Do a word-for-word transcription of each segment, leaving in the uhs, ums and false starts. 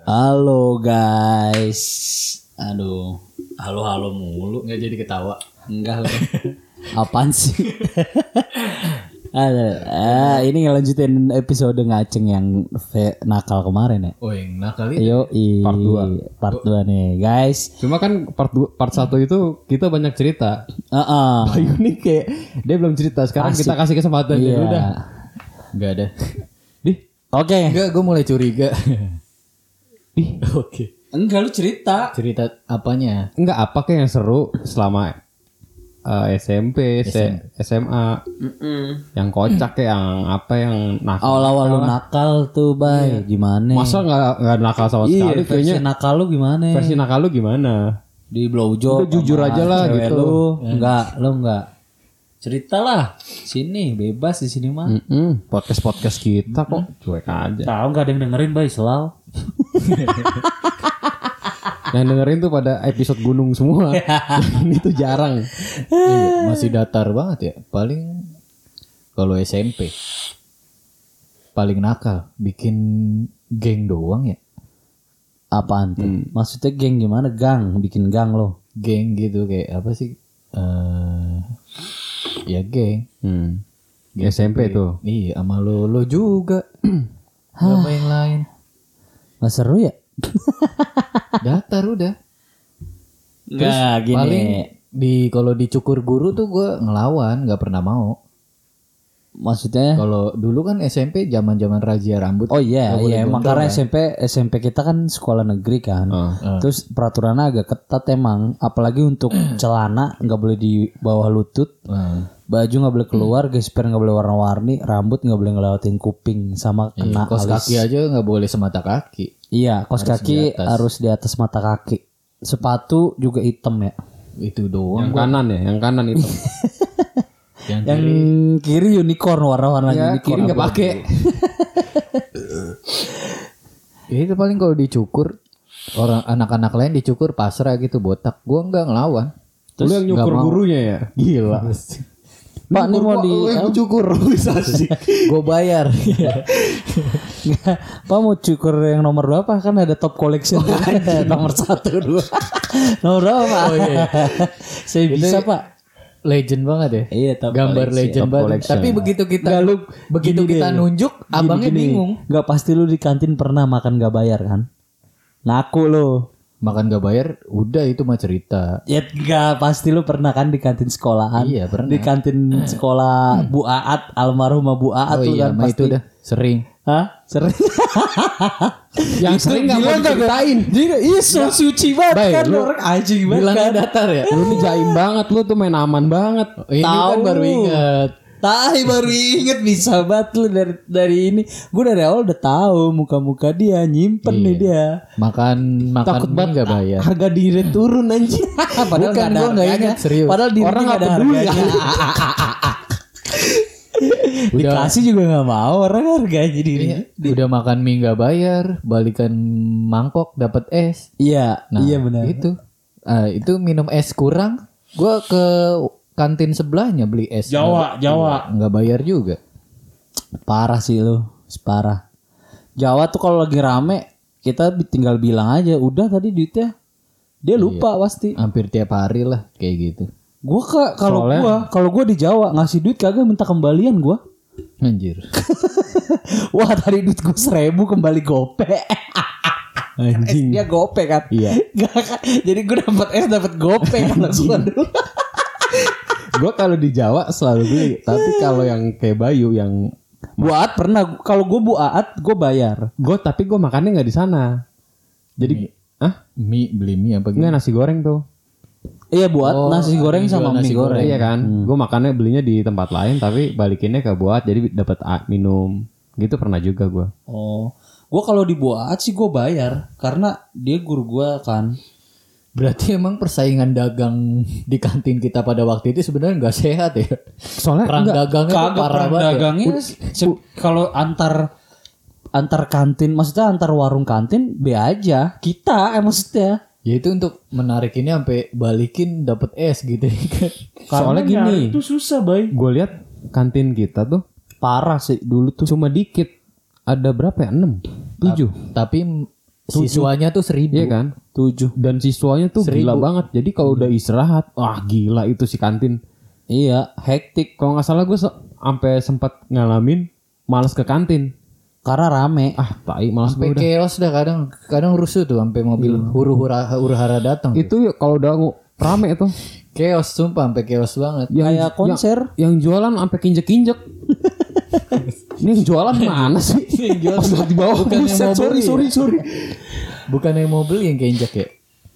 Halo guys. Aduh, halo-halo mulu, nggak jadi ketawa. Enggak lah. Apaan sih? Ada, ah, ini ngelanjutin episode ngaceng yang ve- nakal kemarin ya. Oh, yang nakal itu. Yo, Part dua. Part dua nih, guys. Cuma kan part dua, part satu itu kita banyak cerita. Heeh. Bayu nih kayak dia belum cerita. Sekarang Asik. kita kasih kesempatan dia Iya. udah. Enggak ada. Dih, Oke. Enggak, gue mulai curiga. Ih, Oke. Enggak, lu cerita. Cerita apanya? enggak apa kayak yang seru selama uh, S M P, S- SMA. Yang kocak kayak yang apa yang nakal. Awal-awal lu nakal tuh, Bay. Gimana? Masa enggak enggak nakal sama Iya, sekali versi kayaknya. nakal lu gimana? Versi nakal lu gimana? Di blowjob. Udah jujur sama aja lah cewek gitu. Lu. Enggak, lu enggak. Ceritalah. Sini bebas di sini mah. Mm-mm, podcast-podcast kita kok cuek aja. Tahu enggak ada yang dengerin, Bay, selalu. Yang dengerin tuh pada episode gunung semua. Ini tuh jarang. Iya, masih datar banget ya. Paling kalau S M P paling nakal bikin geng doang ya. Apaan tuh? Maksudnya geng gimana? Gang, bikin gang lo. Geng gitu kayak apa sih? Eh ya geng. Hmm. S M P tuh. Iya, sama lo lo juga. Sama yang lain. Nggak seru ya? Datar udah. Enggak, gini. Paling di kalau dicukur guru tuh gue ngelawan, nggak pernah mau. Maksudnya? Kalau dulu kan S M P zaman-zaman razia rambut. Oh iya, nggak boleh iya emang gondrong, karena kan? S M P S M P kita kan sekolah negeri kan. Oh. Terus peraturannya agak ketat emang, apalagi untuk celana nggak boleh di bawah lutut. Nah, Baju nggak boleh keluar, gesper nggak boleh warna-warni, rambut nggak boleh ngelewatin kuping sama kena iya, kos alis. kaki aja nggak boleh semata kaki. Iya, kos Harus kaki di atas. harus di atas mata kaki. Sepatu juga hitam ya. Itu doang. Yang kanan ya, yang kanan itu. Yang Yang kiri unicorn, warna-warna Ya, unicorn. kiri nggak pakai. Ya itu paling kalau dicukur orang anak-anak lain dicukur pasrah gitu botak. Gua nggak ngelawan. Lu yang nyukur nggak mau. gurunya ya? Gila. Pak, ini mau di cukur asik. Gue bayar. Pak mau cukur yang nomor berapa? Kan ada top collection. Nomor satu dua. Nomor berapa Pak? Oh, iya. Saya bisa Pak. Legend banget ya. Iya, top Gambar collection. legend Top banget. collection. Tapi begitu kita Nggak, lu begitu gini kita deh. nunjuk, abangnya Gini, gini. bingung. Nggak, pasti lu di kantin pernah makan gak bayar kan? Ngaku lu. Makan gak bayar, udah itu mah cerita. Ya enggak, pasti lu pernah kan di kantin sekolahan. Iya, pernah. Di kantin sekolah Bu Aat, almarhumah Bu Aat Oh tuh iya, kan mah pasti. itu udah sering. Hah? Sering. Yang sering nggak mau diceritain. Dia iya so suci banget Bay, kan lu orang anjing banget Bilangnya kan. datar ya. Lu nih jaim banget, lu tuh main aman banget. Ini kan Tahu. baru ingat. Tai baru inget bisa banget lu dari dari ini. Gue dari awal udah tahu muka-muka dia nyimpen nih dia. Makan makan Takut mie banget nggak bayar. Harga diri turun anjing. Padahal Bukan, nggak ada gua nggak harganya. ingat, serius. Padahal diri Orang nggak ada nggak peduli. harganya. Dikasih juga nggak mau orang harganya diri. Iya, udah makan mie nggak bayar, balikan mangkok dapat es. Iya, Nah, iya benar. Itu, ah, itu minum es kurang. Gua ke kantin sebelahnya beli es. Jawa, Nggak- Jawa. Nggak bayar juga. Parah sih lu, parah. Jawa tuh kalau lagi rame kita tinggal bilang aja, udah tadi duitnya. Dia lupa pasti. Hampir tiap hari lah kayak gitu. Gua ke kalau Soalnya- gua kalau gua di Jawa ngasih duit kagak minta kembalian gua. Anjir. Wah tadi duit gua seribu kembali gope. Anjing. Dia gope kan. Iya. Gak kan. Jadi gua dapat es dapat gope kalau gua dulu. Gue kalau di Jawa selalu beli, tapi kalau yang kayak Bayu yang Buat pernah kalau gua buat gua bayar. gue tapi gue makannya nggak di sana. Jadi, ah, Mie beli mie apa gitu? nggak nasi goreng tuh. Iya buat Oh, nasi goreng jual sama mie nasi goreng. Iya kan, gue makannya belinya di tempat lain, tapi balikinnya ke buat, jadi dapat a- minum. Gitu pernah juga gue. Oh, gua kalau dibuat sih gua bayar karena dia guru gua kan. Berarti emang persaingan dagang di kantin kita pada waktu itu sebenarnya nggak sehat ya. Soalnya Perang enggak, dagangnya tuh Kagak parah perang banget. ya. dagangnya se- kalau antar antar kantin, maksudnya antar warung kantin be aja. Kita eh maksudnya. Ya itu untuk menarik ini sampai balikin dapat es gitu kan. soalnya gini, Itu susah, Bay. gue lihat kantin kita tuh Parah sih dulu tuh. cuma dikit. Ada berapa ya? enam, tujuh. Tapi Siswanya tuh seribu. Iya kan? Tujuh. Dan siswanya tuh Seribu. gila banget. Jadi kalau udah istirahat, wah gila itu si kantin. Iya, hektik Kalau nggak salah gue sampai sempat ngalamin males ke kantin. karena rame. Ah, tai males gue Sampai udah. chaos dah kadang. Kadang rusuh tuh sampai mobil huru-hura huru-hara datang. tuh. Itu ya kalau udah ngu- rame tuh. Chaos sumpah sampai chaos banget. Kayak konser. Yang, yang jualan sampai kinjek-kinjek. Ini yang jualan mana sih? Yang jualan Pas buat di bawah. bukan yang Buset, mau sorry, beli ya? sorry, sorry. Bukan yang mau beli yang keinjek ya.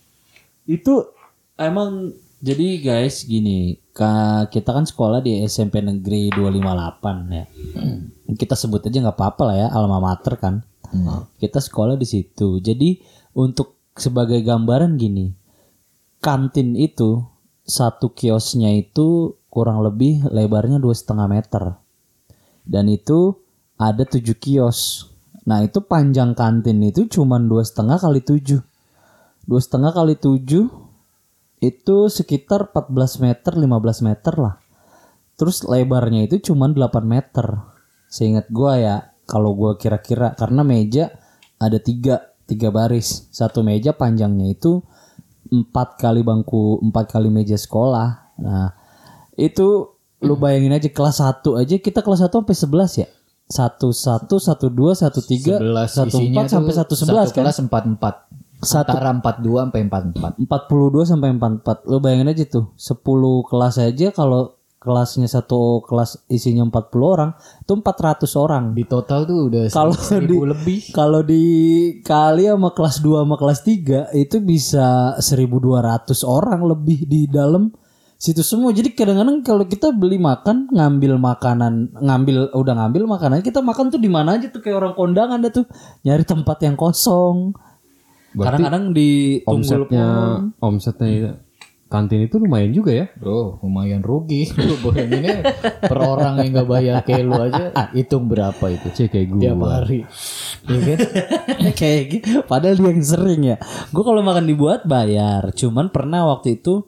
Itu emang jadi guys gini, ka- kita kan sekolah di S M P Negeri dua lima delapan ya. Kita sebut aja nggak apa-apa lah ya, alma mater kan. Kita sekolah di situ. Jadi untuk sebagai gambaran gini, kantin itu satu kiosnya itu kurang lebih lebarnya dua setengah meter. Dan itu ada tujuh kios. Nah itu panjang kantin itu cuman dua setengah kali tujuh. Dua setengah kali tujuh itu sekitar empat belas meter, lima belas meter lah. Terus lebarnya itu cuman delapan meter. Seingat gua ya, kalau gua kira-kira karena meja ada tiga, tiga baris. Satu meja panjangnya itu empat kali bangku, empat kali meja sekolah. Nah itu lu bayangin aja kelas satu aja kita kelas satu sampai sebelas ya. Satu satu satu dua satu tiga Sebelas satu isinya empat sampai tuh satu sebelas kan. kelas empat empat. Satu- Antara empat dua sampai empat empat. empat puluh dua sampai empat puluh empat. Lu bayangin aja tuh, sepuluh kelas aja kalau kelasnya satu kelas isinya empat puluh orang, itu empat ratus orang. Di total tuh udah Kalau seribu di- lebih. Kalau dikali sama kelas dua sama kelas tiga itu bisa seribu dua ratus orang lebih di dalam situ semua. Jadi kadang-kadang kalau kita beli makan, ngambil makanan, ngambil udah ngambil makanan, kita makan tuh di mana aja tuh kayak orang kondangan dah tuh, nyari tempat yang kosong. Berarti Kadang-kadang di Omsetnya, omsetnya kantin itu lumayan juga ya. Bro, lumayan rugi. Lu bayanginnya per orang yang gak bayar kayak lu aja, hitung berapa itu Cek kayak gue. tiap hari. Iya kan? kayak gitu. Padahal dia yang sering ya. Gue kalau makan dibuat bayar. Cuman pernah waktu itu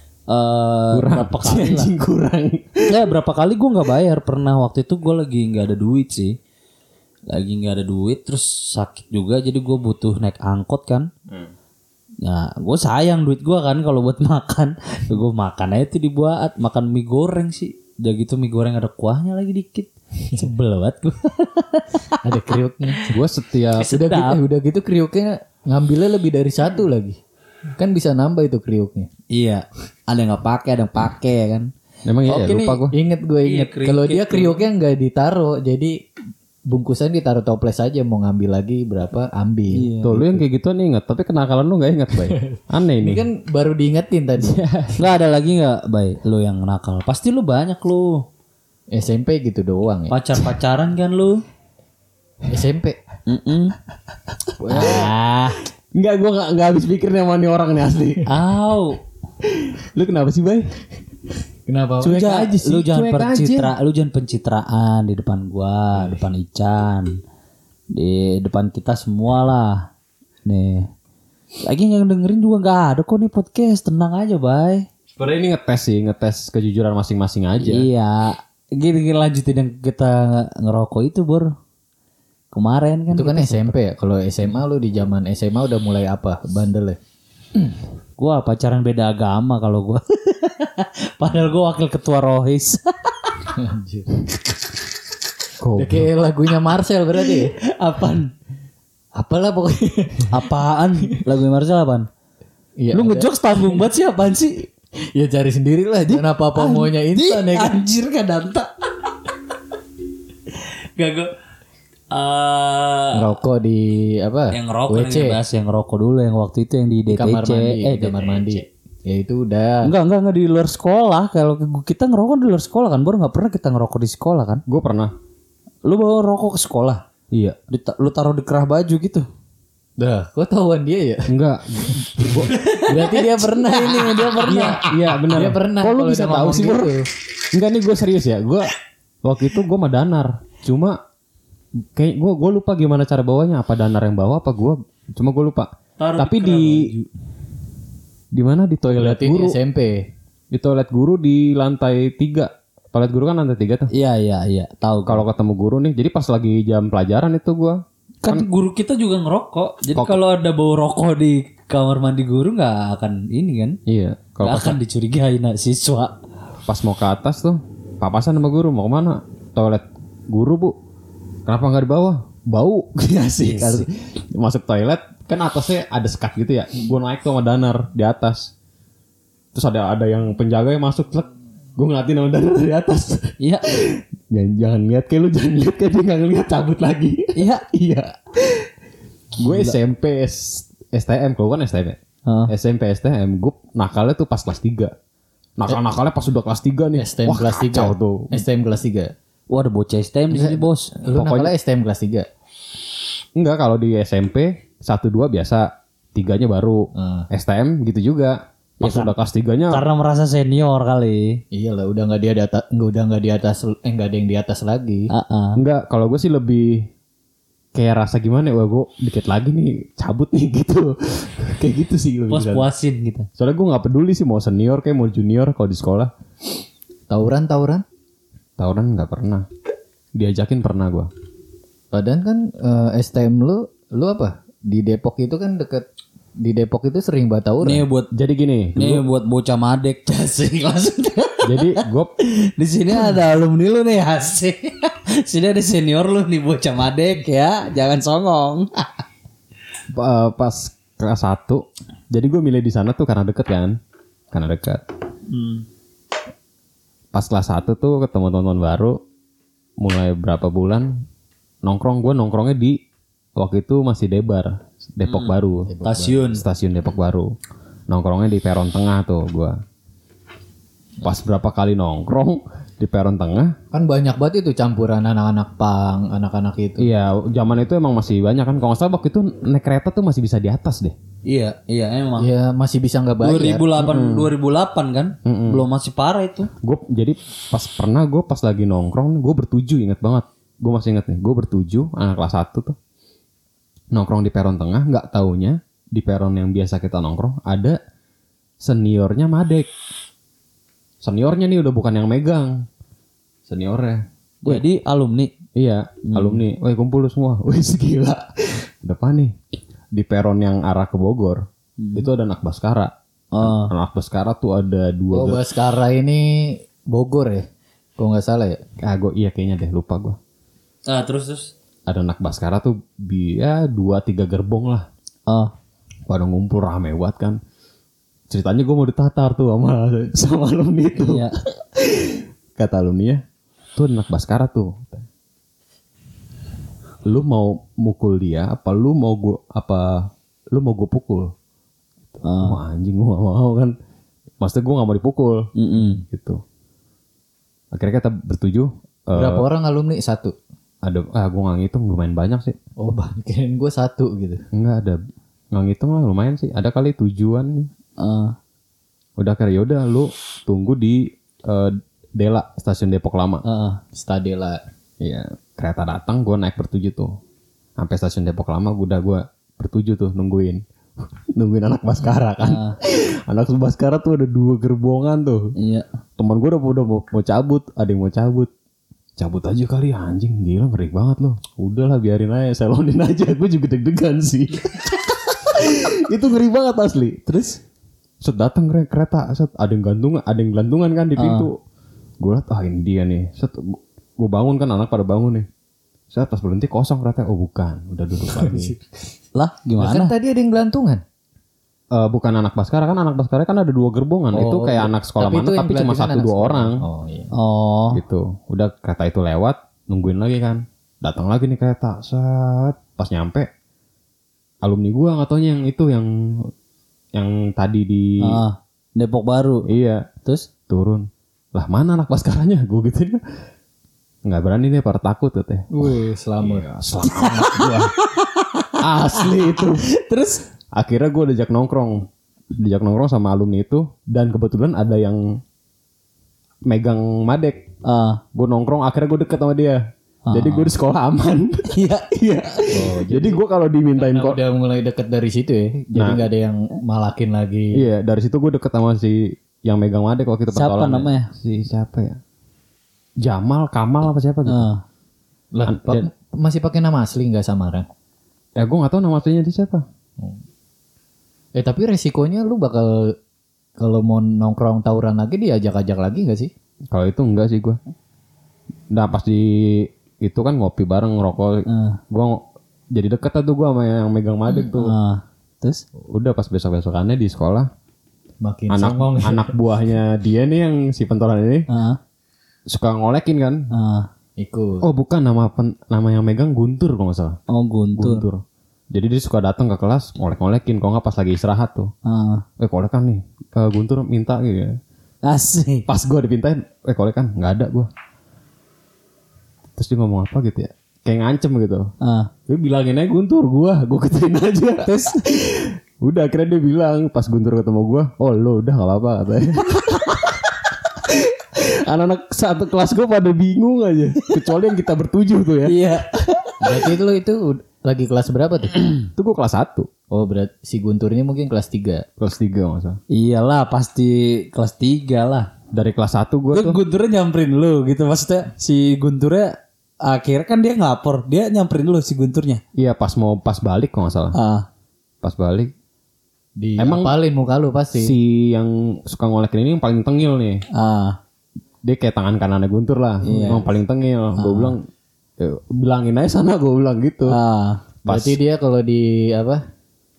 eh berapa kali lah. Anjing kurang. Ya berapa kali gue nggak bayar. Pernah waktu itu gue lagi nggak ada duit sih. Lagi nggak ada duit terus sakit juga. Jadi gue butuh naik angkot kan. Ya gue sayang duit gue kan kalau buat makan. Gue makan aja tuh dibuat. Makan mie goreng sih. Udah gitu mie goreng ada kuahnya lagi dikit. Sebel banget gue. Ada kriuknya. Gue setiap Udah gitu, udah gitu kriuknya ngambilnya lebih dari satu lagi. Kan bisa nambah itu kriuknya. Iya. Ada yang nggak pakai, ada yang pakai ya kan. emang ya, Oke lupa nih, gue. inget gue inget. kriuk Kalau dia itu. kriuknya nggak ditaruh, jadi bungkusan ditaruh toples aja. Mau ngambil lagi berapa ambil. Tuh lu yang kayak gitu nih inget, tapi kenakalan lu nggak inget, Bay. Aneh Ini nih. kan baru diingetin tadi. Nggak ada lagi nggak, Bay? Lu yang nakal. Pasti lu banyak lu. S M P gitu doang ya. Pacar-pacaran kan lu? S M P. Mm-mm. Ah, Enggak, gue nggak nggak habis pikir nih sama nih orang nih asli. au. Lu kenapa sih, Bay? Kenapa? Cuek Ja- aja sih, lu jangan cuek pencitra, lu jangan pencitraan di depan gua, depan Ican, di depan kita semua lah. Nih, lagi yang dengerin juga nggak ada kok nih podcast, tenang aja, Bay. Sebenarnya ini ngetes sih, ngetes kejujuran masing-masing aja. Iya, gini, gini lanjutin yang kita nge- ngerokok itu, Bor. Kemarin kan Itu kan S M P ya. Kalau S M A lu di zaman S M A udah mulai apa? Bandel ya. gua pacaran beda agama kalau gua. Padahal gua wakil ketua Rohis. Anjir. Kok? Udah kayak lagunya Marcel berarti ya? Apaan? Apalah pokoknya. Apaan? Lagu Marcel apaan? Iya, Lu ada. ngejokes tanggung banget sih apaan sih? Ya cari sendiri lah. Jangan apa-apa maunya instan ya kan. Anjir kan Danta. Gak gue. Eh, Ngerokok di apa? yang ngerokok W yang C. bahas yang ngerokok dulu yang waktu itu yang di D T C. Di kamar mandi. eh di kamar mandi. Ya itu udah. Enggak, enggak, enggak di luar sekolah. Kalau kita ngerokok di luar sekolah kan, baru nggak pernah kita ngerokok di sekolah kan? Gue pernah. Lu bawa rokok ke sekolah? Iya. Dita- lu taruh di kerah baju gitu? Dah, kok tahuan dia ya? Enggak. Berarti dia pernah ini, dia pernah. Iya benar. Dia pernah. Kok lu kalau bisa dia tahu ngomong sih, Bro? gitu. Enggak nih gue serius ya. Gue waktu itu gue mah danar. Cuma kayak gue gue lupa gimana cara bawanya. Apa danar yang bawa apa gue? Cuma gue lupa. Taruh Tapi di di di mana di toilet Berarti guru? S M P. Di toilet guru di lantai tiga. Toilet guru kan lantai tiga tuh. Iya, iya, iya. Tahu. Kalau ketemu guru nih, jadi pas lagi jam pelajaran itu gue Kan guru kita juga ngerokok. Jadi kalau ada bau rokok di kamar mandi guru nggak akan ini kan? Iya. Kalau Nggak pas, akan dicurigai nah, siswa. pas mau ke atas tuh papasan sama guru mau kemana? Toilet guru bu. Kenapa nggak di bawah? Bau. Iya sih. Masuk toilet kan atasnya ada sekat gitu ya. Gue naik tuh sama Danar di atas. Terus ada ada yang penjaga yang masuk telek. Gue ngeliatin sama Danar dari atas. Iya. Jangan, jangan lihat kayak lu jangan lihat kayak dia nggak ngeliat cabut lagi. Iya. Iya. Gue S M P S, STM kalau kan S T M. ya? Hah. S M P S T M gue nakalnya tuh pas kelas tiga. Nakal-nakalnya pas udah kelas tiga nih. S T M Wah, kelas tiga kacau tuh. S T M kelas tiga. Wah ada bocah S T M di sini bos. Lu nakalnya S T M kelas tiga. Enggak, kalau di S M P satu dua biasa, tiganya baru. Ah. S T M gitu juga. Pas Ya kan? udah kelas tiganya Karena merasa senior kali. Iyalah udah nggak di atas, nggak udah nggak di atas, eh nggak ada yang di atas lagi. Ah, ah. enggak, kalau gue sih lebih kayak rasa gimana ya, wah gue dikit lagi nih cabut nih gitu. Kayak gitu sih lebih berat. Puas-puasin gitu. Soalnya gue nggak peduli sih mau senior kayak mau junior kalau di sekolah. Tawuran tawuran. Tawuran nggak pernah. Diajakin pernah gue. Padahal kan eh, S T M lu, lu apa? Di Depok itu kan deket, di Depok itu sering banget tawuran. Nih buat Jadi gini, nih buat bocah madek asik maksudnya. jadi gue Di sini ada alumni lu nih asik. Sini ada senior lu nih bocah madek ya, jangan songong. uh, pas kelas satu, jadi gue milih di sana tuh karena deket kan, karena deket. Hmm. Pas kelas satu tuh ketemu teman-teman baru, mulai berapa bulan nongkrong, gue nongkrongnya di waktu itu masih Debar, Depok Baru, Stasiun. stasiun Depok Baru. Nongkrongnya di peron tengah tuh gue. Pas berapa kali nongkrong di peron tengah, Kan banyak banget itu campuran anak-anak pang, anak-anak itu. iya zaman itu emang masih banyak kan. Kalau nggak salah waktu itu naik kereta tuh masih bisa di atas deh. Iya, iya emang. Ya masih bisa nggak bayar. dua ribu delapan dua ribu delapan kan? Belum masih parah itu. Gue jadi pas pernah gue pas lagi nongkrong, gue bertujuh, inget banget. Gue masih inget nih, gue bertujuh anak kelas satu tuh nongkrong di peron tengah, nggak taunya di peron yang biasa kita nongkrong ada seniornya madek. Seniornya nih udah bukan yang megang, seniornya. Jadi alumni. Iya, alumni. Woi kumpul lu semua. Wih gila. Depan nih di peron yang arah ke Bogor itu ada anak Baskara. Oh. Anak Baskara tuh ada dua. Oh Baskara ini Bogor ya? Kalau nggak salah ya. Ah, gue iya kayaknya deh lupa gue. Ah, terus terus. Ada anak Baskara tuh dia dua tiga gerbong lah. Oh. Pada ngumpul rame banget kan. Ceritanya gue mau ditatar tuh sama sama alumni itu. Iya. Kata alumni ya, tuh anak Baskara tuh. Lu mau mukul dia apa lu mau gue apa lu mau gue pukul? Wah anjing gue gak mau kan. Maksudnya gue gak mau dipukul. Mm-mm. Gitu. Akhirnya kita bertujuh. eh, Berapa orang alumni? Satu. Ada, ah gue gak ngitung lumayan banyak sih. Oh kirain gue satu gitu. Enggak ada, nggak ngitung lah lumayan sih. Ada kali tujuan. Ah. Udah kayak yaudah lu tunggu di eh, Dela stasiun Depok Lama. Ah. Stadela. Iya, kereta datang, gue naik bertujuh tuh. Sampai stasiun Depok Lama, udah gue bertujuh tuh nungguin, nungguin anak Baskara kan. Anak Baskara tuh ada dua gerbongan tuh. Iya. Teman gue udah, udah mau, mau cabut, ada yang mau cabut. Cabut aja kali anjing, gila ngeri banget loh. Udahlah biarin aja, selonin aja. Gue juga deg-degan sih. Itu ngeri banget asli. Terus set datang kereta, set ada yang gantungan, ada yang gelantungan kan di pintu. Gue liat ah ini dia nih. Set gue bangun kan, anak pada bangun nih. Set pas berhenti kosong kereta. Oh bukan, udah duduk lagi. Lah Nah, gimana? kan tadi ada yang gelantungan. Eh, bukan anak Baskara kan, anak Baskara kan ada dua gerbongan. Oh, itu kayak iya. anak sekolah Tapi mana itu yang tapi cuma gelantungan satu anak dua sekolah. orang. Oh iya. Oh. Gitu. Udah kereta itu lewat, nungguin lagi kan. Datang lagi nih kereta. Set pas nyampe alumni gua nggak taunya yang itu yang yang tadi di Ah. Depok Baru. iya Terus? turun. Lah mana anak Baskaranya? Gue gitu nggak berani deh, pada takut tuh teh. Wih selamat. Selamat gua. Asli itu. Terus? Akhirnya gue diajak nongkrong, diajak nongkrong sama alumni itu, dan kebetulan ada yang megang madek. Ah. Gue nongkrong, akhirnya gue deket sama dia. Jadi gue di sekolah aman. Iya. Iya. Oh, Jadi gue kalau dimintain Karena kok, udah mulai deket dari situ ya. Jadi Nah. nggak ada yang malakin lagi. iya dari situ gue deket sama si yang megang madek waktu itu. Siapa pertolongan. namanya? Si siapa ya? Jamal, Kamal apa siapa gitu. Ah. Lah, pa- masih pakai nama asli nggak samaran? Ya gue gak tahu nama aslinya dia siapa. Eh tapi resikonya lu bakal kalau mau nongkrong tawuran lagi diajak-ajak lagi gak sih? Kalau itu enggak sih gue. Nah pas di itu kan ngopi bareng ngerokok. Uh. Gue jadi deket lah tuh gue sama yang megang madek tuh. Uh. Terus? Udah pas besok-besokannya di sekolah. Makin Anak songong. anak buahnya dia nih yang si pentolan ini Uh. suka ngolekin kan. Uh. Ikut. Oh bukan nama pen, nama yang megang Guntur kalau nggak salah. Oh Guntur. Guntur. Jadi dia suka datang ke kelas ngolek-ngolekin. Kalau nggak pas lagi istirahat tuh. Uh. Eh kolekan nih. Uh, Guntur minta gitu ya. Asik. Pas gue dipintain, eh kolekan nggak ada gue. Terus dia ngomong apa gitu ya? Kayak ngancem gitu. Uh. Dia bilangin aja Guntur gue, gue ketain aja. Terus udah akhirnya dia bilang pas Guntur ketemu gue, oh lo udah nggak apa-apa katanya. Anak-anak satu kelas gue pada bingung aja. Kecuali yang kita bertujuh tuh ya. Iya. Berarti lu itu ud- lagi kelas berapa tuh? Itu gue kelas satu. Oh berarti si Guntur ini mungkin kelas tiga. Kelas tiga nggak salah. Iyalah pasti kelas tiga lah. Dari kelas satu gue Itu tuh. Gunturnya nyamperin lu gitu. Maksudnya si Gunturnya akhirnya kan dia ngelapor. Dia nyamperin lu si Gunturnya. Iya pas mau pas balik kalau nggak salah. Ah. Pas balik. Di Emang apalin muka lu pasti. Si yang suka ngolekin ini yang paling tengil nih. Ah. Dia kayak tangan kanannya Guntur lah. Emang paling tengil. Gue bilang. "Ya, bilangin aja sana gue bilang gitu. Ah. Berarti dia kalau di apa?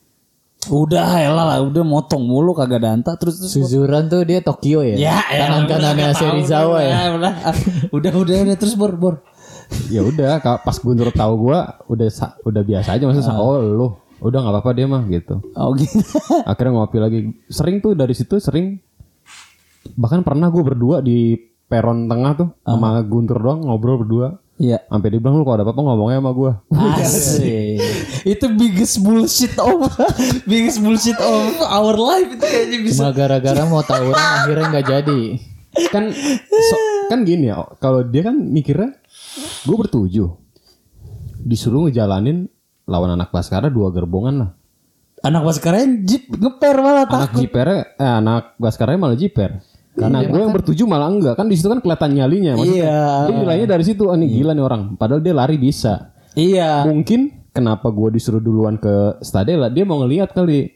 Udah elah lah. Udah motong mulu kagak danta. Terus terus. Suzuran tuh dia Tokyo ya. Ya, Kanan kanannya Serizawa ya. Udah, udah, udah, udah, terus bor, bor. Ya udah ka- pas Guntur tahu gue udah sa- udah biasa aja maksudnya. Oh lu udah nggak apa-apa dia mah gitu. Oh gitu. Akhirnya ngopi lagi. Sering tuh dari situ sering. Bahkan pernah gue berdua di peron tengah tuh sama Guntur doang ngobrol berdua. Iya. Sampai dia bilang lu kalau ada apa-apa ngomongnya sama gue. Asik. Itu biggest bullshit of biggest bullshit of our life itu kayaknya bisa. Cuma gara-gara mau tawuran akhirnya nggak jadi. Kan so- kan gini ya. Kalau dia kan mikirnya gue bertujuh. Disuruh ngejalanin lawan anak Baskara dua gerbongan lah. Anak Baskara jeep ngeper malah Anak takut. jiper, eh, anak Baskaranya malah jiper. Karena gue yang bertujuh malah enggak. Kan di situ kan kelihatan nyalinya. Maksudnya, Iya. dia nilainya dari situ. Oh nih gila nih orang. Padahal dia lari bisa. Iya. Mungkin kenapa gue disuruh duluan ke Stadela. Dia mau ngelihat kali.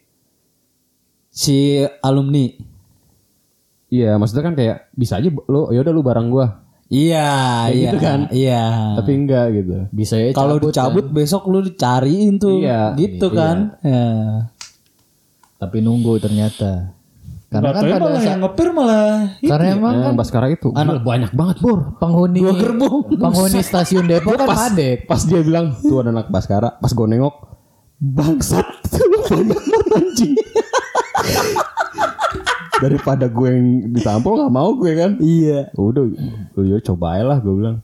Si alumni. Iya maksudnya kan kayak bisa aja lo yaudah lu bareng gue. Iya, Kayak iya gitu kan. Iya. Tapi enggak gitu. Bisa ya Kalau cabut dicabut kan. besok lu dicariin tuh. Iya. Gitu Iya. kan. Ya. Tapi nunggu ternyata. Karena kan Katanya pada malah saat yang ngeper malah karena emang Yang kan Baskara itu anak banyak banget Bor. penghuni dua gerbong. penghuni stasiun Depok kan madek. Pas dia bilang tuh ada anak Baskara. Pas gue nengok bangsat lu banyak banget anjing. Daripada gue yang ditampol gak mau gue kan. Iya. Udah, udah coba aja lah gue bilang.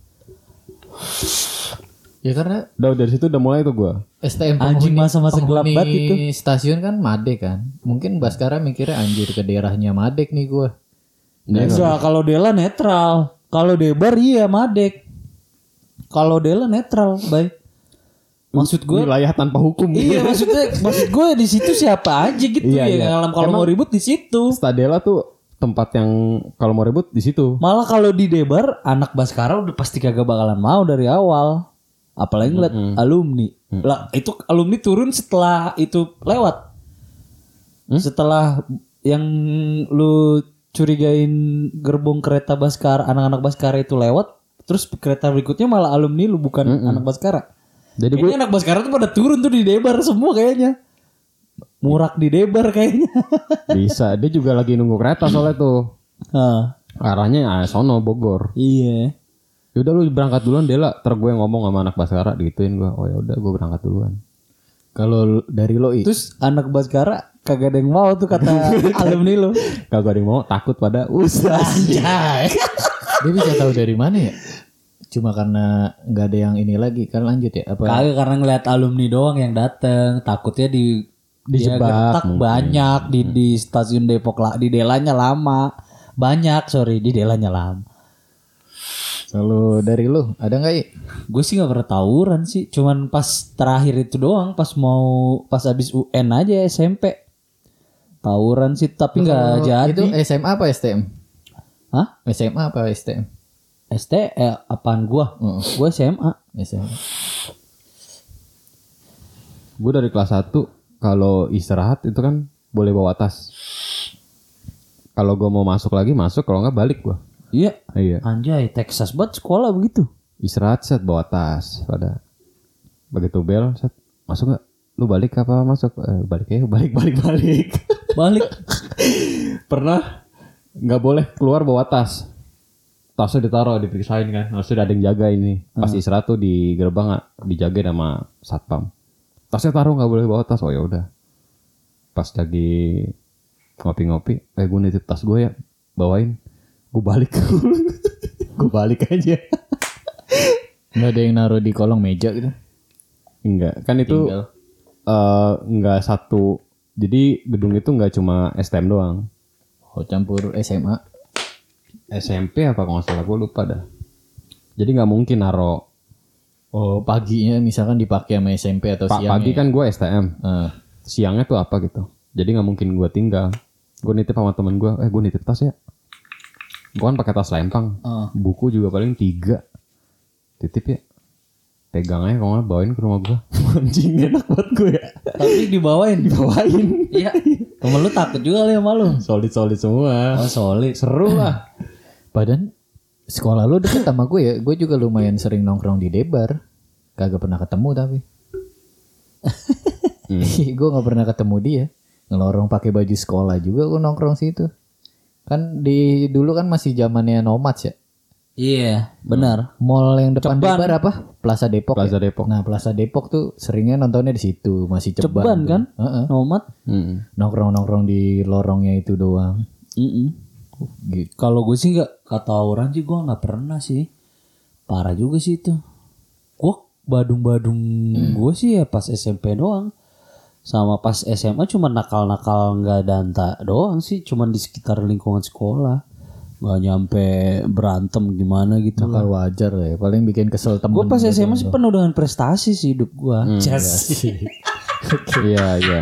Ya karena Udah dari situ udah mulai tuh gue. S T M Anjing, penghuni, masa-masa gelap penghuni banget itu. stasiun kan madek kan. Mungkin Baskara mikirnya anjir ke daerahnya madek nih gua. Enggak, kalau Dela netral. Kalau Debar iya madek. Kalau Dela netral, baik. Maksud gue Wilayah tanpa hukum. iya maksudnya maksud gue di situ siapa aja gitu Iya, ya iya. ngalam kalau Emang- mau ribut di situ. Stadela tuh tempat yang kalau mau ribut di situ. Malah kalau di Debar anak Baskara udah pasti kagak bakalan mau dari awal. Apalagi ngeliat alumni. Lah itu alumni turun setelah itu lewat. Setelah yang lu curigain gerbong kereta Baskara, anak-anak Baskara itu lewat, terus kereta berikutnya malah alumni lu bukan anak Baskara. Jadi gue Kayaknya anak Baskara tuh pada turun tuh di Debar semua kayaknya. Murak di Debar kayaknya. bisa. Dia juga lagi nunggu kereta soalnya tuh. Ah, Arahnya ah, sono Bogor. iya. Yaudah lu berangkat duluan Dela. Ntar gue ngomong sama anak Baskara digituin gue. Oh yaudah gue berangkat duluan. Kalau dari lo I, Terus anak Baskara kagak ada yang mau tuh kata alumni lu. Kagak ada yang mau takut pada usaha. Anjay. dia bisa tahu dari mana ya? Cuma karena nggak ada yang ini lagi kan lanjut ya? Apa? Kagak karena ngeliat alumni doang yang dateng. Takutnya di Dijebak dia gertak mungkin. banyak di di stasiun Depok lah. Di Delanya lama. Banyak sorry di Delanya lama. Kalau dari lo ada nggak I? Gue sih nggak pernah tawuran sih. Cuman pas terakhir itu doang. Pas mau pas habis U N aja S M P. Tawuran sih tapi nggak jadi. Itu S M A apa S T M? Hah? S M A apa S T M? S T eh, apaan gua? Oh. Gue S M A. S M A. Gue dari kelas satu kalau istirahat itu kan boleh bawa tas. Kalau gue mau masuk lagi masuk, kalau nggak balik gue. Iya. Iya. Anjay, Texas banget sekolah begitu. Istirahat set bawa tas. Pada begitu bel set masuk nggak? Lu balik apa masuk? Eh, balik ya, balik balik balik. Balik. Pernah nggak boleh keluar bawa tas. Tasnya ditaruh, diperiksain kan. Harus ada yang jaga ini. Pas istirahat tuh di gerbang dijaga sama satpam. Tasnya taruh nggak boleh bawa tas. Oh ya udah. Pas lagi ngopi-ngopi, eh gue nitip tas gue ya, bawain. Gue balik. Gue balik aja. Nggak ada yang naruh di kolong meja gitu. Enggak, kan itu eh, enggak satu. Jadi gedung itu enggak cuma S T M doang. Oh, campur S M A. S M P apa kalau nggak salah, gue lupa dah. Jadi nggak mungkin naro. Oh, paginya misalkan dipakai sama S M P atau Pa- siangnya. pagi kan gue S T M. Ah. Siangnya tuh apa gitu. Jadi nggak mungkin gue tinggal. Gue nitip sama temen gue, eh gue nitip tas ya. Gue kan pakai tas lempang. Ah. Buku juga paling tiga. Titip ya. Pegang aja kalau nggak bawain ke rumah gue. Anjing enak banget gue ya. Tapi dibawain. Bawain. Iya. Temen lu takut juga kali sama lu. Solid-solid semua. Oh, solid. Seru lah. Padahal sekolah lu deket sama gue ya. Gue juga lumayan sering nongkrong di Debar. Kagak pernah ketemu tapi. Hmm. Gue gak pernah ketemu dia. Ngelorong pakai baju sekolah juga gue nongkrong situ. Kan di dulu kan masih zamannya Nomads ya. Iya, benar. Mall yang depan Ceban. Debar apa? Plaza Depok. Plaza ya? Depok. Nah, Plaza Depok tuh seringnya nontonnya di situ, masih Ceban. Ceban tuh. kan? Heeh. Nomad. Hmm. Nongkrong-nongkrong di lorongnya itu doang. Mm-mm. Gitu. Kalau gue sih nggak, kata orang sih gue nggak pernah sih. Parah juga sih itu. Gue badung-badung gue sih ya pas S M P doang. Sama pas S M A cuma nakal-nakal nggak danta doang sih. Cuman di sekitar lingkungan sekolah. Gak nyampe berantem gimana gitu Nakal lah. wajar lah ya. Paling bikin kesel temen. Gue pas gitu S M A doang. sih penuh dengan prestasi sih hidup gue. Just. Iya, iya.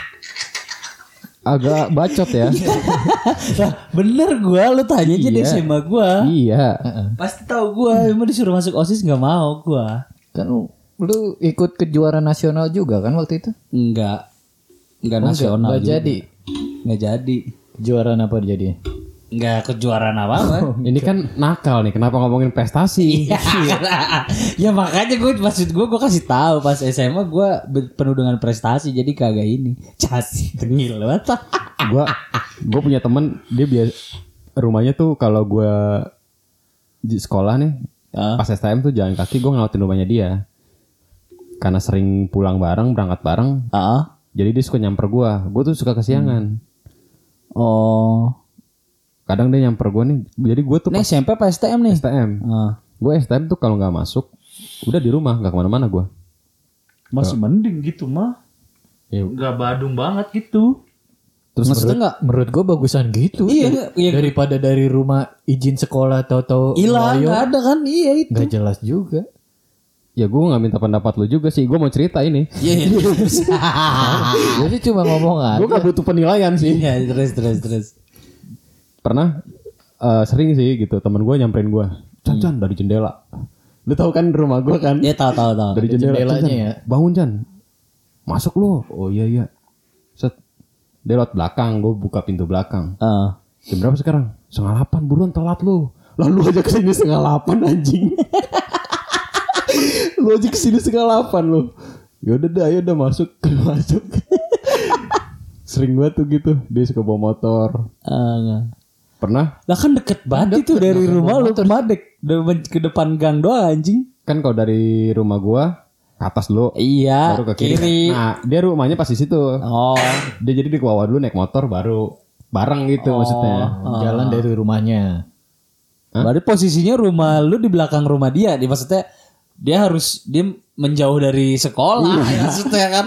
Agak bacot ya. Lah, bener gue, lu tanya aja di Iya. S M A gue. Iya. Pasti tahu gue, emang disuruh masuk OSIS nggak mau gue. Kan lu, lu ikut kejuaraan nasional juga kan waktu itu? Enggak, enggak Oh, nasional. nggak juga. jadi. Nggak jadi. Kejuaraan apa jadi? Enggak kejuaraan apa-apa. Ini kan nakal nih. Kenapa ngomongin prestasi? Ya makanya gue, maksud gue, gue kasih tahu pas S M A gue penuh dengan prestasi, jadi kagak ini. Cas, tengil banget. Gua gue punya temen, dia biasa rumahnya tuh kalau gue di sekolah nih, Ah. pas S T M tuh jalan kaki gue ngelewatin rumahnya dia. Karena sering pulang bareng, berangkat bareng, Ah. jadi dia suka nyamper gue. Gue tuh suka kesiangan. Oh. Kadang dia nyamper gue nih. Jadi gue tuh Ini S M P apa S T M nih? S T M. Ah. Gue S T M tuh kalau nggak masuk, udah di rumah, nggak kemana-mana gue. Masih mending gitu mah. Ya. Enggak badung banget gitu. Terus Maksudnya enggak Menurut gue bagusan gitu. Iya, iya. Daripada dari rumah izin sekolah tahu-tahu hilang, loyo, enggak ada kan? Iya itu. nggak jelas juga. ya gue nggak minta pendapat lu juga sih. Gue mau cerita ini. Iya, iya. Gue sih cuma ngomong aja. Gue nggak butuh penilaian sih. Iya, terus terus terus. Pernah eh, sering sih gitu teman gue nyamperin gue, Chan Chan dari jendela. Lu tahu kan rumah gue kan? Dia tahu tahu tahu. Dari jendela. jendelanya "Chan, Chan, ya." Bangun Chan. Masuk lu. Oh iya iya. Set. Dia lewat belakang. Gue buka pintu belakang. Ah. Jam berapa sekarang? Setengah delapan. Buruan telat lu. Lalu aja kesini setengah delapan anjing. Lu aja kesini setengah delapan lu. Yaudah dah, ayo udah masuk. Masuk. Sering banget tuh gitu. Dia suka bawa motor. Ah, enggak. Pernah Lah kan deket banget itu dari rumah lu ke Madek. Dari ke depan gang doang anjing. kan kalau dari rumah gua ke atas dulu. Iya. Baru ke kiri. Nah, dia rumahnya pas di situ. Oh. Dia jadi di bawah dulu naik motor baru bareng gitu maksudnya. Jalan dari rumahnya. Berarti posisinya rumah lu di belakang rumah dia. Di maksudnya dia harus dia menjauh dari sekolah. Ya, maksudnya kan.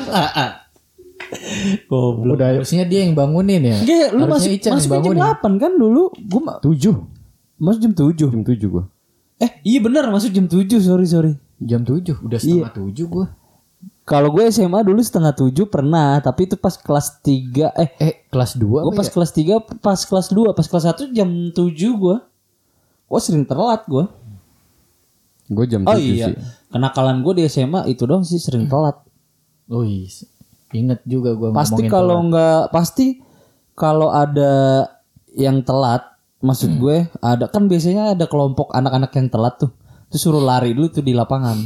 Goblok. Udah Harusnya dia yang bangunin ya. Enggak, lu Harusnya masuk Ican yang masuk jam bangunin. delapan kan dulu. Gua ma- tujuh. masuk jam tujuh. Jam tujuh gua. Eh, iya benar masuk jam tujuh. Sorry, sorry. Jam tujuh, udah setengah tujuh gue. Kalau gue S M A dulu setengah tujuh pernah, tapi itu pas kelas tiga. Eh, Eh, kelas dua gue apa pas ya? kelas tiga, pas kelas dua, pas kelas satu jam tujuh gue. Gue sering telat gue. Gua jam Oh tujuh iya, sih. kenakalan gue di S M A itu dong sih sering telat. Oh iya. Ingat juga gue Pasti ngomongin kalau telat. nggak pasti kalau ada yang telat, maksud gue ada kan biasanya ada kelompok anak-anak yang telat tuh, tuh suruh lari dulu tuh di lapangan.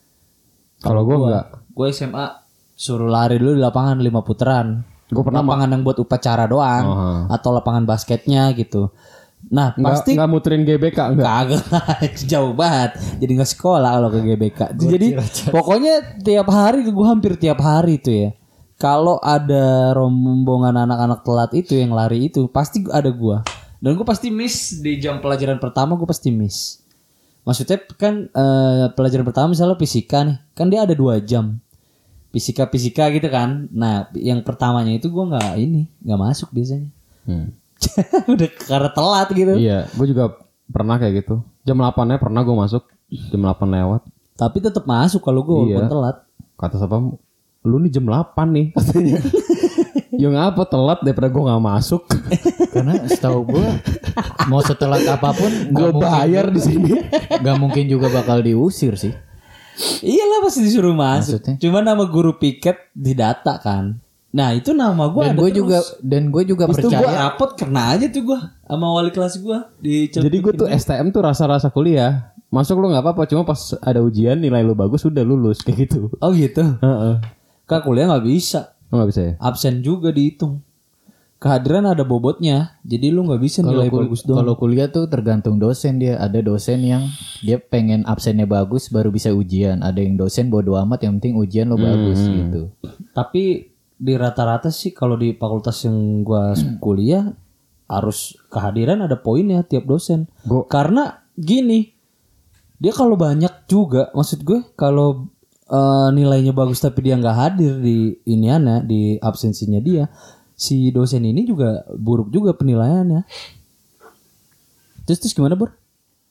Kalau gue enggak. Gue S M A suruh lari dulu di lapangan lima putaran. Gue pernah lapangan yang buat upacara doang Oh. atau lapangan basketnya gitu. Nah Nggak, pasti nggak muterin G B K enggak. kagak jauh banget. Jadi nggak sekolah kalau ke G B K. Jadi pokoknya tiap hari gue hampir tiap hari tuh ya. Kalau ada rombongan anak-anak telat itu yang lari itu pasti ada gua. Dan gue pasti miss di jam pelajaran pertama gue pasti miss. Maksudnya kan eh, pelajaran pertama misalnya fisika nih, kan dia ada dua jam. Fisika-fisika gitu kan. Nah yang pertamanya itu gua nggak ini nggak masuk biasanya. Hmm. Udah karena telat gitu. Iya, gue juga pernah kayak gitu. Jam delapan-nya pernah gue masuk, jam delapan lewat. Tapi tetap masuk kalau gue walaupun Iya. telat. Kata siapa? Lu nih jam delapan nih katanya. Ya ngapa telat daripada gue nggak masuk. Karena setahu gue mau setelat apapun Gue bayar di sini. Gak mungkin juga bakal diusir sih. Iyalah pasti disuruh masuk. Maksudnya? Cuma nama guru piket didata kan. Nah itu nama gue Dan ada gue terus. juga dan gue juga Terus tuh gue percaya. rapot kena aja tuh gue sama wali kelas gue di Jadi gue tuh S T M tuh rasa-rasa kuliah. Masuk lu nggak apa-apa, cuma pas ada ujian nilai lu bagus udah lulus kayak gitu. Oh gitu. Heeh. Kak kuliah nggak bisa. Oh, nggak bisa ya? Absen juga dihitung. Kehadiran ada bobotnya. Jadi lu nggak bisa Kalau nilai kul- bagus doang. kalau kuliah tuh tergantung dosen dia. Ada dosen yang dia pengen absennya bagus baru bisa ujian. Ada yang dosen bodo amat yang penting ujian lo bagus gitu. Tapi di rata-rata sih kalau di fakultas yang gua kuliah harus kehadiran ada poinnya tiap dosen. Gua- Karena gini, dia kalau banyak juga, maksud gue kalau eh, nilainya bagus tapi dia nggak hadir di iniannya, di absensinya dia, si dosen ini juga buruk juga penilaiannya. Terus terus gimana Bor?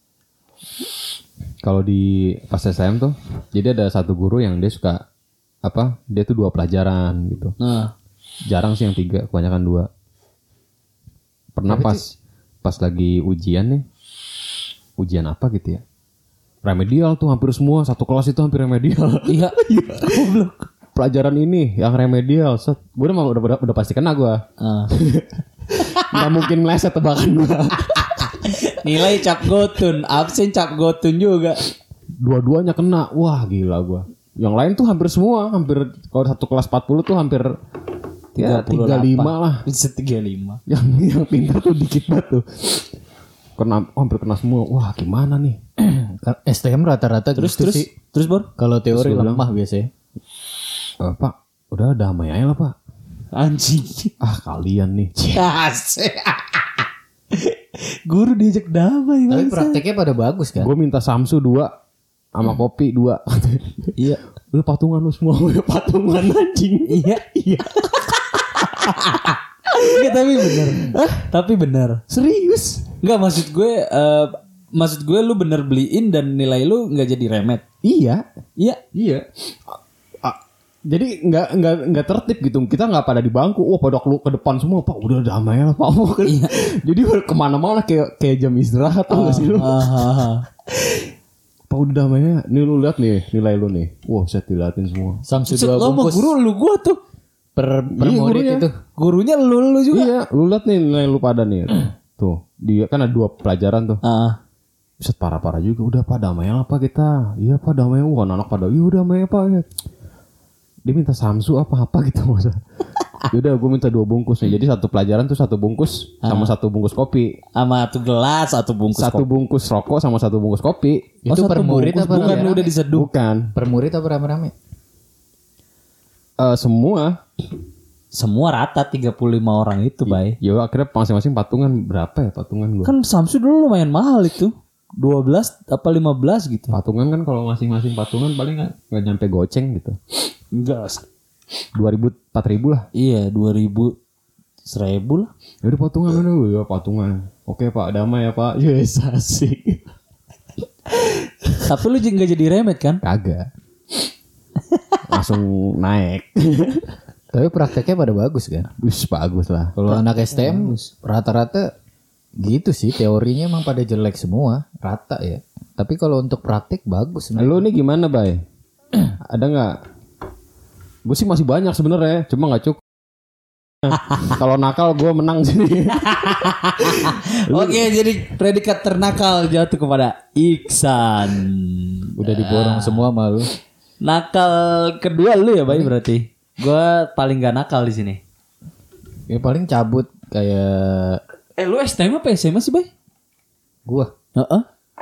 Kalau di pas S M tuh, jadi ada satu guru yang dia suka apa? Dia tuh dua pelajaran gitu. Nah, Jarang sih yang tiga, kebanyakan dua. Pernah pas pas lagi ujian nih, ujian apa gitu ya? Remedial tuh hampir semua, satu kelas itu hampir remedial. iya, goblok. Pelajaran ini yang remedial, set, gue udah, udah, udah, udah pasti kena gue. Ah. Nggak mungkin meleset tebakan gue. Nilai cap gotun, absen cap gotun juga. Dua-duanya kena, wah gila gue. Yang lain tuh hampir semua, hampir kalau satu kelas empat puluh tuh hampir ya, tiga puluh lima lah. Bisa tiga puluh lima. Yang yang pintar tuh dikit banget tuh. Kena, oh, hampir kena semua. Wah gimana nih? Kan S T M rata-rata Terus gitu terus sih. terus Bor? Kalau teori Terus gua lemah biasanya. Eh, Pak, udah damai aja lah Pak. Anjing. Ah kalian nih. Asik. Guru diajak damai Tapi bangsa. prakteknya pada bagus kan? Gue minta samsu dua sama kopi dua. Iya. Udah patungan lu semua, udah patungan anjing. Iya. Iya. Iya tapi bener. Tapi bener. Serius? Enggak maksud gue eh, maksud gue lu bener beliin dan nilai lu nggak jadi remet. Iya. Iya. Iya. Ah, jadi nggak nggak nggak tertib gitu. Kita nggak pada di bangku. Wah pada ke ke depan semua Pak. Udah damai lah Pak. Iya. Jadi kemana-mana kayak kayak jam istirahat tau nggak sih lu? Ah, ah, ah. Pak udah damai ya. Nih lu lihat nih nilai lu nih. Wah saya diliatin semua. Samsu Buset, dua lo sama bungkus guru lu gua tuh. per, per Iya, murid gurunya. itu. Gurunya lu lu juga. Iya. Lu lihat nih nilai lu pada nih. Tuh. Dia kan ada dua pelajaran tuh. Ah. Buset parah-parah juga. Udah Pak damai lah Pak kita. Iya Pak damai. Wah anak pada. Iya udah damai Pak. Ya. Dia minta samsu apa-apa gitu masa. Yaudah gue minta dua bungkus nih. Jadi satu pelajaran tuh satu bungkus sama satu bungkus kopi. Sama satu gelas, satu bungkus Satu kopi. bungkus rokok sama satu bungkus kopi. Itu satu per murid bungkus, apa bukan rame-rame? lu udah diseduh. Bukan. Per murid apa rame-rame? Eh, semua. Semua rata tiga puluh lima orang itu, Bay. Ya akhirnya masing-masing patungan berapa ya patungan gue? Kan Samsu dulu lumayan mahal itu. dua belas apa lima belas gitu. Patungan kan kalau masing-masing patungan paling nggak nggak nyampe goceng gitu. Enggak. Dua ribu, empat ribu lah. Iya, dua ribu seribu lah. Ya udah patungan udah, ya patungan. Oke Pak, damai ya Pak. Yes, asik. Tapi lu juga nggak jadi remet kan? Kagak. Langsung naik. Tapi prakteknya pada bagus kan? Wis bagus lah. Kalau anak S T M rata-rata gitu sih, teorinya emang pada jelek semua, rata ya. Tapi kalau untuk praktik bagus. Lu nih gimana, Bay? Ada nggak Gue sih masih banyak sebenarnya, cuma nggak cukup. Kalau nakal gue menang sini. Oke, jadi predikat ternakal jatuh kepada Iksan. Udah diborong semua malu. Nakal kedua lu ya, Bay, berarti. Gue paling gak nakal di sini. Ya paling cabut kayak Eh, lu S T M apa S M A sih, Bay? gua. Heeh.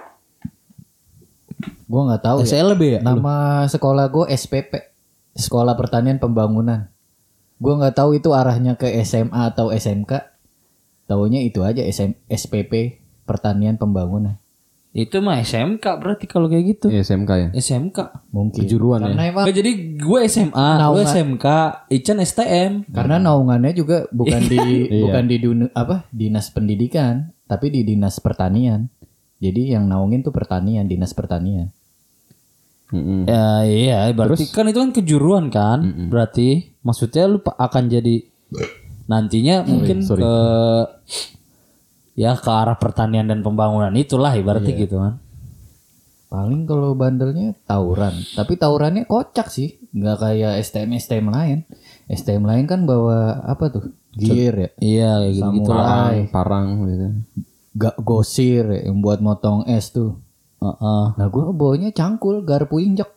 Gua nggak tahu S ya. L B ya? Nama sekolah gua S P P. Sekolah Pertanian Pembangunan. Gua nggak tahu itu arahnya ke S M A atau S M K. Taunya itu aja S M S P P Pertanian Pembangunan. Itu mah S M K berarti kalau kayak gitu. S M K ya. S M K. Mungkin. Kejuruan Karena ya. emang Nggak, jadi gue S M A, lu Naungan. S M K, Ican S T M. karena naungannya juga bukan di Iya. bukan di dun- apa dinas pendidikan, tapi di dinas pertanian. Jadi yang naungin tuh pertanian, dinas pertanian. Mm-mm. Ya iya, berarti kan itu kan kejuruan kan? Berarti maksudnya lu pa- akan jadi nantinya mungkin sorry. ke ya ke arah pertanian dan pembangunan itulah ibaratnya gitu kan. Paling kalau bandelnya tawuran, tapi tawurannya kocak sih, nggak kayak S T M S T M lain. S T M lain kan bawa apa tuh? Gear ya, Iya kayak gitu gitu lah. Parang, parang gitu. gak gosir ya, yang buat motong es tuh. Heeh. Nah gue bawanya cangkul, garpu injek.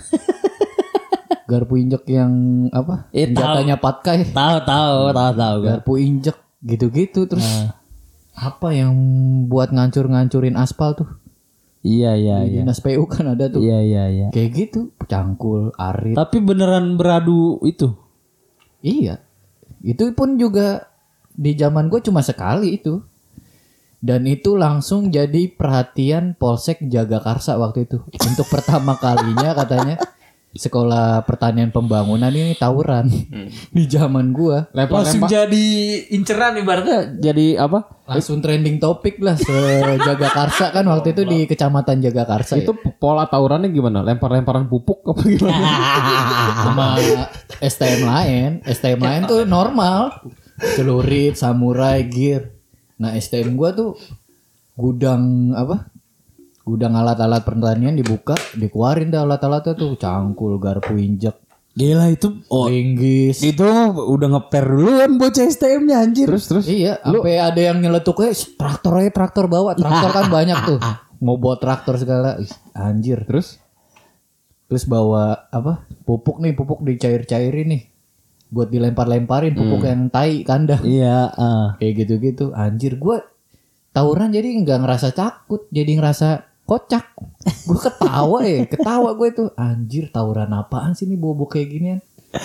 Garpu injek yang apa? Eh, Senjatanya patkai. Tahu tahu tahu tahu gue. Garpu injek gitu-gitu terus. Apa yang buat ngancur-ngancurin aspal tuh? Iya iya Di iya. dinas P U kan ada tuh. Iya iya iya. Kayak gitu, cangkul, arit. Tapi beneran beradu itu. Iya. Itu pun juga di zaman gue cuma sekali itu. Dan itu langsung jadi perhatian Polsek Jagakarsa waktu itu. Untuk pertama kalinya katanya sekolah pertanian pembangunan ini tawuran. Di zaman gue. Langsung jadi inceran ibaratnya jadi apa? Langsung trending topik lah se-Jagakarsa kan waktu itu di kecamatan Jagakarsa. Itu pola tawurannya gimana? Lempar-lemparan pupuk apa gimana? Sama S T M lain. S T M lain tuh normal. Celurit, samurai, gear. Nah S T M gua tuh gudang apa? Gudang alat-alat pertanian dibuka, dikeluarin dah alat-alatnya tuh, cangkul, garpu injek, Gila itu oh linggis. itu udah ngeper duluan bocah S T M-nya anjir. Terus terus. Iya, sampai ada yang nyeletuk kayak traktor aja traktor bawa, traktor kan banyak tuh. Mau bawa traktor segala, ih, anjir. Terus Terus bawa apa? Pupuk nih, pupuk dicair-cairin nih. Buat dilempar-lemparin pupuk yang tai kandang. Iya, ah. Kayak gitu-gitu. Anjir gue tawuran jadi nggak ngerasa takut, jadi ngerasa kocak. Gue ketawa ya, ketawa gue tuh. Anjir tawuran apaan sih nih bobo kayak ginian.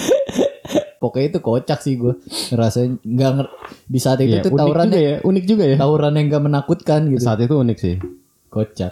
Pokoknya itu kocak sih gue. Ngerasa nggak nger di saat itu ya, tuh unik tawuran juga ya, unik juga ya. tawuran yang nggak menakutkan gitu. Saat itu unik sih. Kocak.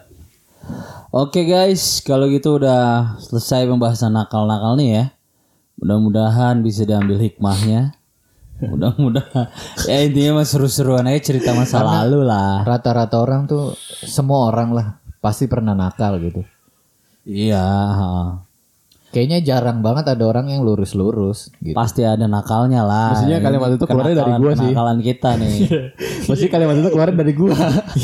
Oke guys, kalau gitu udah selesai pembahasan nakal-nakal nih ya. Mudah-mudahan bisa diambil hikmahnya. Mudah-mudahan ya intinya mah seru-seruan aja cerita masa lalu lah. Rata-rata orang tuh semua orang lah pasti pernah nakal gitu. Iya, ha. Kayaknya jarang banget ada orang yang lurus-lurus gitu. Pasti ada nakalnya lah. Maksudnya kalimat itu keluarnya dari gua sih. Kenakalan kita nih. Pasti kalimat itu keluar dari gua.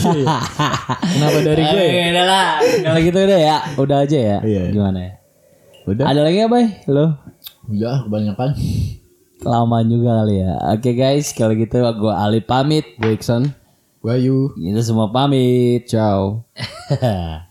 Kenapa dari gue? Eh, udah lah. Kalau gitu udah ya, udah aja ya. Iya. Gimana ya? Udah. Ada lagi apa, Bay? Lo? Ya kebanyakan. Lama juga kali ya. Oke guys, kalau gitu gue Ali pamit. Gue Iksan. Bayu. Kita semua pamit. Ciao.